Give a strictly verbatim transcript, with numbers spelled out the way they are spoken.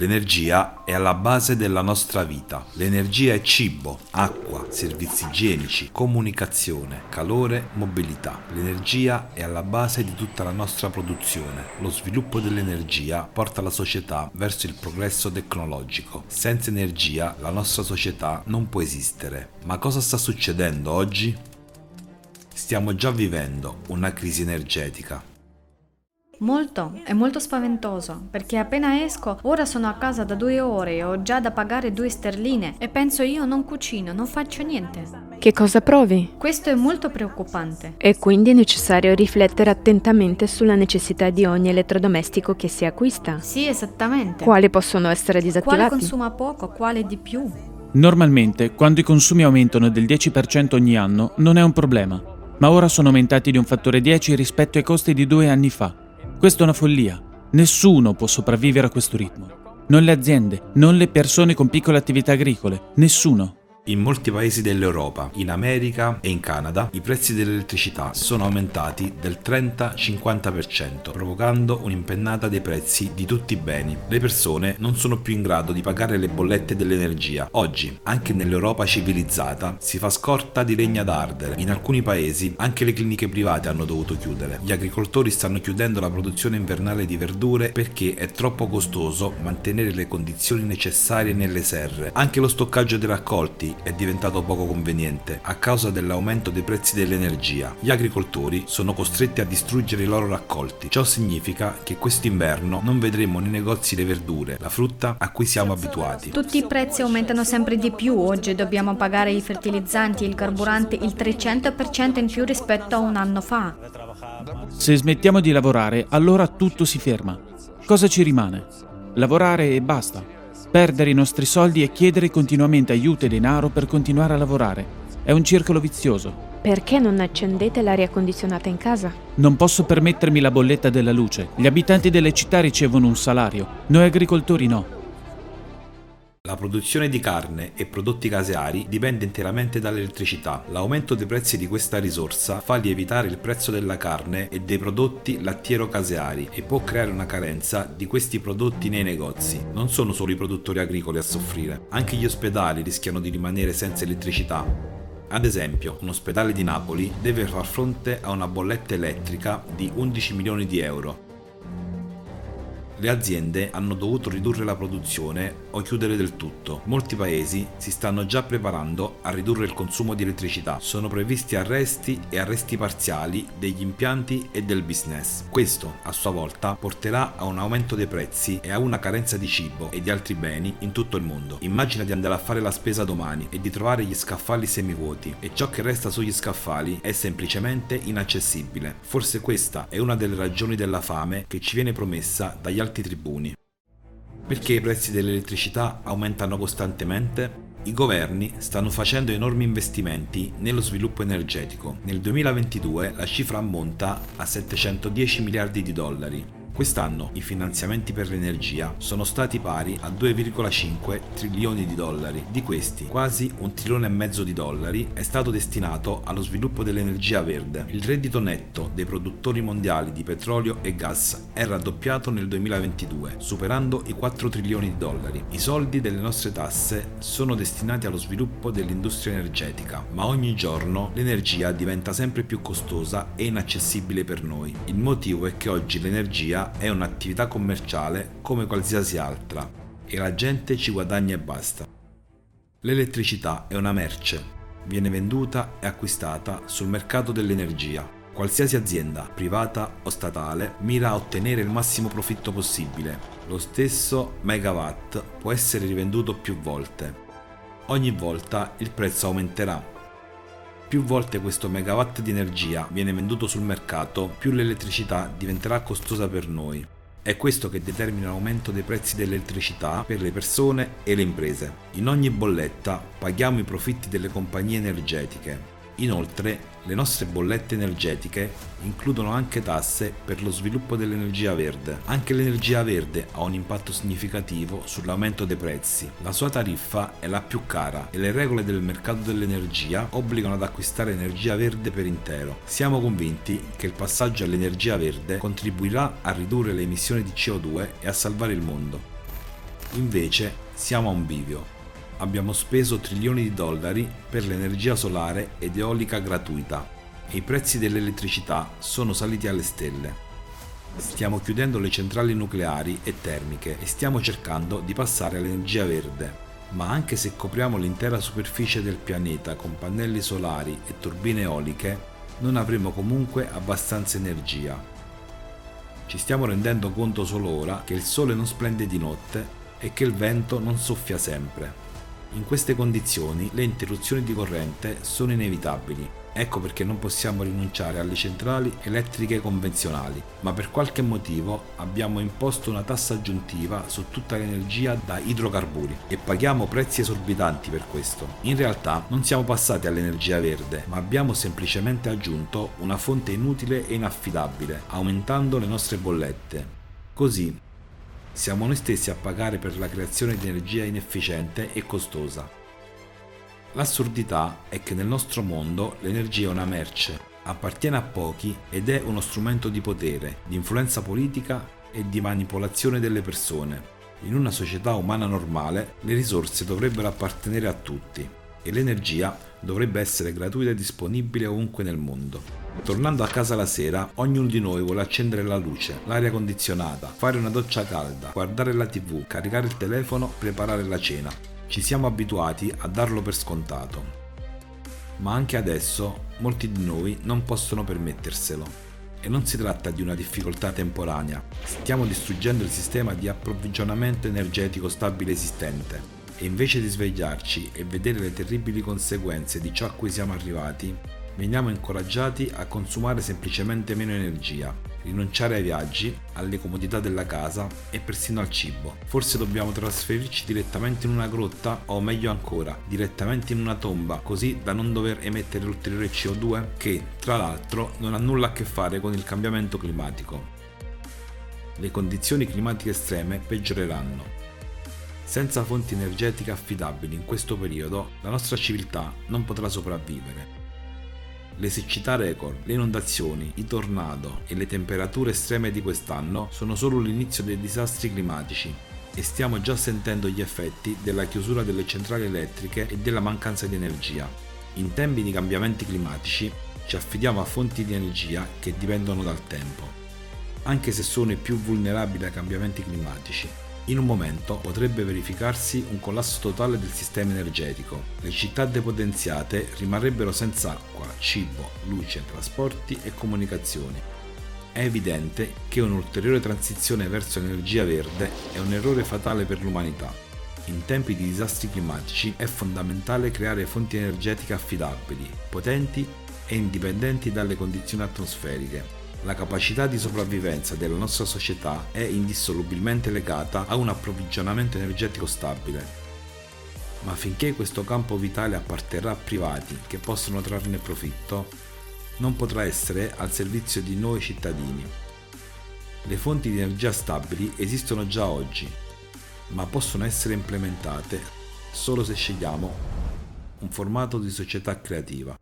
L'energia è alla base della nostra vita. L'energia è cibo, acqua, servizi igienici, comunicazione, calore, mobilità. L'energia è alla base di tutta la nostra produzione. Lo sviluppo dell'energia porta la società verso il progresso tecnologico. Senza energia la nostra società non può esistere. Ma cosa sta succedendo oggi? Stiamo già vivendo una crisi energetica. Molto, è molto spaventoso, perché appena esco, ora sono a casa da due ore e ho già da pagare due sterline e penso io non cucino, non faccio niente. Che cosa provi? Questo è molto preoccupante. E quindi è necessario riflettere attentamente sulla necessità di ogni elettrodomestico che si acquista. Sì, esattamente. Quali possono essere disattivati? Quale consuma poco, quale di più? Normalmente, quando i consumi aumentano del dieci per cento ogni anno, non è un problema, ma ora sono aumentati di un fattore dieci rispetto ai costi di due anni fa. Questa è una follia. Nessuno può sopravvivere a questo ritmo. Non le aziende, non le persone con piccole attività agricole, nessuno. In molti paesi dell'Europa, in America e in Canada, i prezzi dell'elettricità sono aumentati del trenta-cinquanta per cento, provocando un'impennata dei prezzi di tutti i beni. Le persone non sono più in grado di pagare le bollette dell'energia. Oggi, anche nell'Europa civilizzata, si fa scorta di legna da ardere. In alcuni paesi, anche le cliniche private hanno dovuto chiudere. Gli agricoltori stanno chiudendo la produzione invernale di verdure perché è troppo costoso mantenere le condizioni necessarie nelle serre. Anche lo stoccaggio dei raccolti è diventato poco conveniente a causa dell'aumento dei prezzi dell'energia. Gli agricoltori sono costretti a distruggere i loro raccolti. Ciò significa che quest'inverno non vedremo nei negozi le verdure, la frutta a cui siamo abituati. Tutti i prezzi aumentano sempre di più. Oggi dobbiamo pagare i fertilizzanti e il carburante il trecento per cento in più rispetto a un anno fa. Se smettiamo di lavorare, allora tutto si ferma. Cosa ci rimane? Lavorare e basta. Perdere i nostri soldi e chiedere continuamente aiuto e denaro per continuare a lavorare. È un circolo vizioso. Perché non accendete l'aria condizionata in casa? Non posso permettermi la bolletta della luce. Gli abitanti delle città ricevono un salario. Noi agricoltori no. La produzione di carne e prodotti caseari dipende interamente dall'elettricità. L'aumento dei prezzi di questa risorsa fa lievitare il prezzo della carne e dei prodotti lattiero-caseari e può creare una carenza di questi prodotti nei negozi. Non sono solo i produttori agricoli a soffrire, anche gli ospedali rischiano di rimanere senza elettricità. Ad esempio, un ospedale di Napoli deve far fronte a una bolletta elettrica di undici milioni di euro. Le aziende hanno dovuto ridurre la produzione o chiudere del tutto. Molti paesi si stanno già preparando a ridurre il consumo di elettricità. Sono previsti arresti e arresti parziali degli impianti e del business. Questo, a sua volta, porterà a un aumento dei prezzi e a una carenza di cibo e di altri beni in tutto il mondo. Immagina di andare a fare la spesa domani e di trovare gli scaffali semivuoti e ciò che resta sugli scaffali è semplicemente inaccessibile. Forse questa è una delle ragioni della fame che ci viene promessa dagli altri tribuni. Perché i prezzi dell'elettricità aumentano costantemente? I governi stanno facendo enormi investimenti nello sviluppo energetico. Nel duemilaventidue la cifra ammonta a settecentodieci miliardi di dollari. Quest'anno i finanziamenti per l'energia sono stati pari a due virgola cinque trilioni di dollari. Di questi, quasi un trilione e mezzo di dollari è stato destinato allo sviluppo dell'energia verde. Il reddito netto dei produttori mondiali di petrolio e gas è raddoppiato nel duemilaventidue, superando i quattro trilioni di dollari. I soldi delle nostre tasse sono destinati allo sviluppo dell'industria energetica, ma ogni giorno l'energia diventa sempre più costosa e inaccessibile per noi. Il motivo è che oggi l'energia è un'attività commerciale come qualsiasi altra e la gente ci guadagna e basta. L'elettricità è una merce, viene venduta e acquistata sul mercato dell'energia. Qualsiasi azienda, privata o statale, mira a ottenere il massimo profitto possibile. Lo stesso megawatt può essere rivenduto più volte. Ogni volta il prezzo aumenterà. Più volte questo megawatt di energia viene venduto sul mercato, più l'elettricità diventerà costosa per noi. È questo che determina l'aumento dei prezzi dell'elettricità per le persone e le imprese. In ogni bolletta paghiamo i profitti delle compagnie energetiche. Inoltre, le nostre bollette energetiche includono anche tasse per lo sviluppo dell'energia verde. Anche l'energia verde ha un impatto significativo sull'aumento dei prezzi. La sua tariffa è la più cara e le regole del mercato dell'energia obbligano ad acquistare energia verde per intero. Siamo convinti che il passaggio all'energia verde contribuirà a ridurre le emissioni di C O due e a salvare il mondo. Invece siamo a un bivio. Abbiamo speso trilioni di dollari per l'energia solare ed eolica gratuita e i prezzi dell'elettricità sono saliti alle stelle. Stiamo chiudendo le centrali nucleari e termiche e stiamo cercando di passare all'energia verde. Ma anche se copriamo l'intera superficie del pianeta con pannelli solari e turbine eoliche, non avremo comunque abbastanza energia. Ci stiamo rendendo conto solo ora che il sole non splende di notte e che il vento non soffia sempre. In queste condizioni le interruzioni di corrente sono inevitabili. Ecco perché non possiamo rinunciare alle centrali elettriche convenzionali, ma per qualche motivo abbiamo imposto una tassa aggiuntiva su tutta l'energia da idrocarburi e paghiamo prezzi esorbitanti per questo. In realtà non siamo passati all'energia verde, ma abbiamo semplicemente aggiunto una fonte inutile e inaffidabile, aumentando le nostre bollette. Così siamo noi stessi a pagare per la creazione di energia inefficiente e costosa. L'assurdità è che nel nostro mondo l'energia è una merce, appartiene a pochi ed è uno strumento di potere, di influenza politica e di manipolazione delle persone. In una società umana normale le risorse dovrebbero appartenere a tutti e l'energia dovrebbe essere gratuita e disponibile ovunque nel mondo. Tornando a casa la sera, ognuno di noi vuole accendere la luce, l'aria condizionata, fare una doccia calda, guardare la tivù, caricare il telefono, preparare la cena. Ci siamo abituati a darlo per scontato. Ma anche adesso molti di noi non possono permetterselo. E non si tratta di una difficoltà temporanea. Stiamo distruggendo il sistema di approvvigionamento energetico stabile esistente. E invece di svegliarci e vedere le terribili conseguenze di ciò a cui siamo arrivati, veniamo incoraggiati a consumare semplicemente meno energia, rinunciare ai viaggi, alle comodità della casa e persino al cibo. Forse dobbiamo trasferirci direttamente in una grotta o meglio ancora, direttamente in una tomba, così da non dover emettere ulteriore C O due, che tra l'altro non ha nulla a che fare con il cambiamento climatico. Le condizioni climatiche estreme peggioreranno. Senza fonti energetiche affidabili in questo periodo, la nostra civiltà non potrà sopravvivere. Le siccità record, le inondazioni, i tornado e le temperature estreme di quest'anno sono solo l'inizio dei disastri climatici e stiamo già sentendo gli effetti della chiusura delle centrali elettriche e della mancanza di energia. In tempi di cambiamenti climatici ci affidiamo a fonti di energia che dipendono dal tempo, anche se sono i più vulnerabili ai cambiamenti climatici. In un momento potrebbe verificarsi un collasso totale del sistema energetico. Le città depotenziate rimarrebbero senza acqua, cibo, luce, trasporti e comunicazioni. È evidente che un'ulteriore transizione verso l'energia verde è un errore fatale per l'umanità. In tempi di disastri climatici è fondamentale creare fonti energetiche affidabili, potenti e indipendenti dalle condizioni atmosferiche. La capacità di sopravvivenza della nostra società è indissolubilmente legata a un approvvigionamento energetico stabile. Ma finché questo campo vitale apparterrà a privati che possono trarne profitto, non potrà essere al servizio di noi cittadini. Le fonti di energia stabili esistono già oggi, ma possono essere implementate solo se scegliamo un formato di società creativa.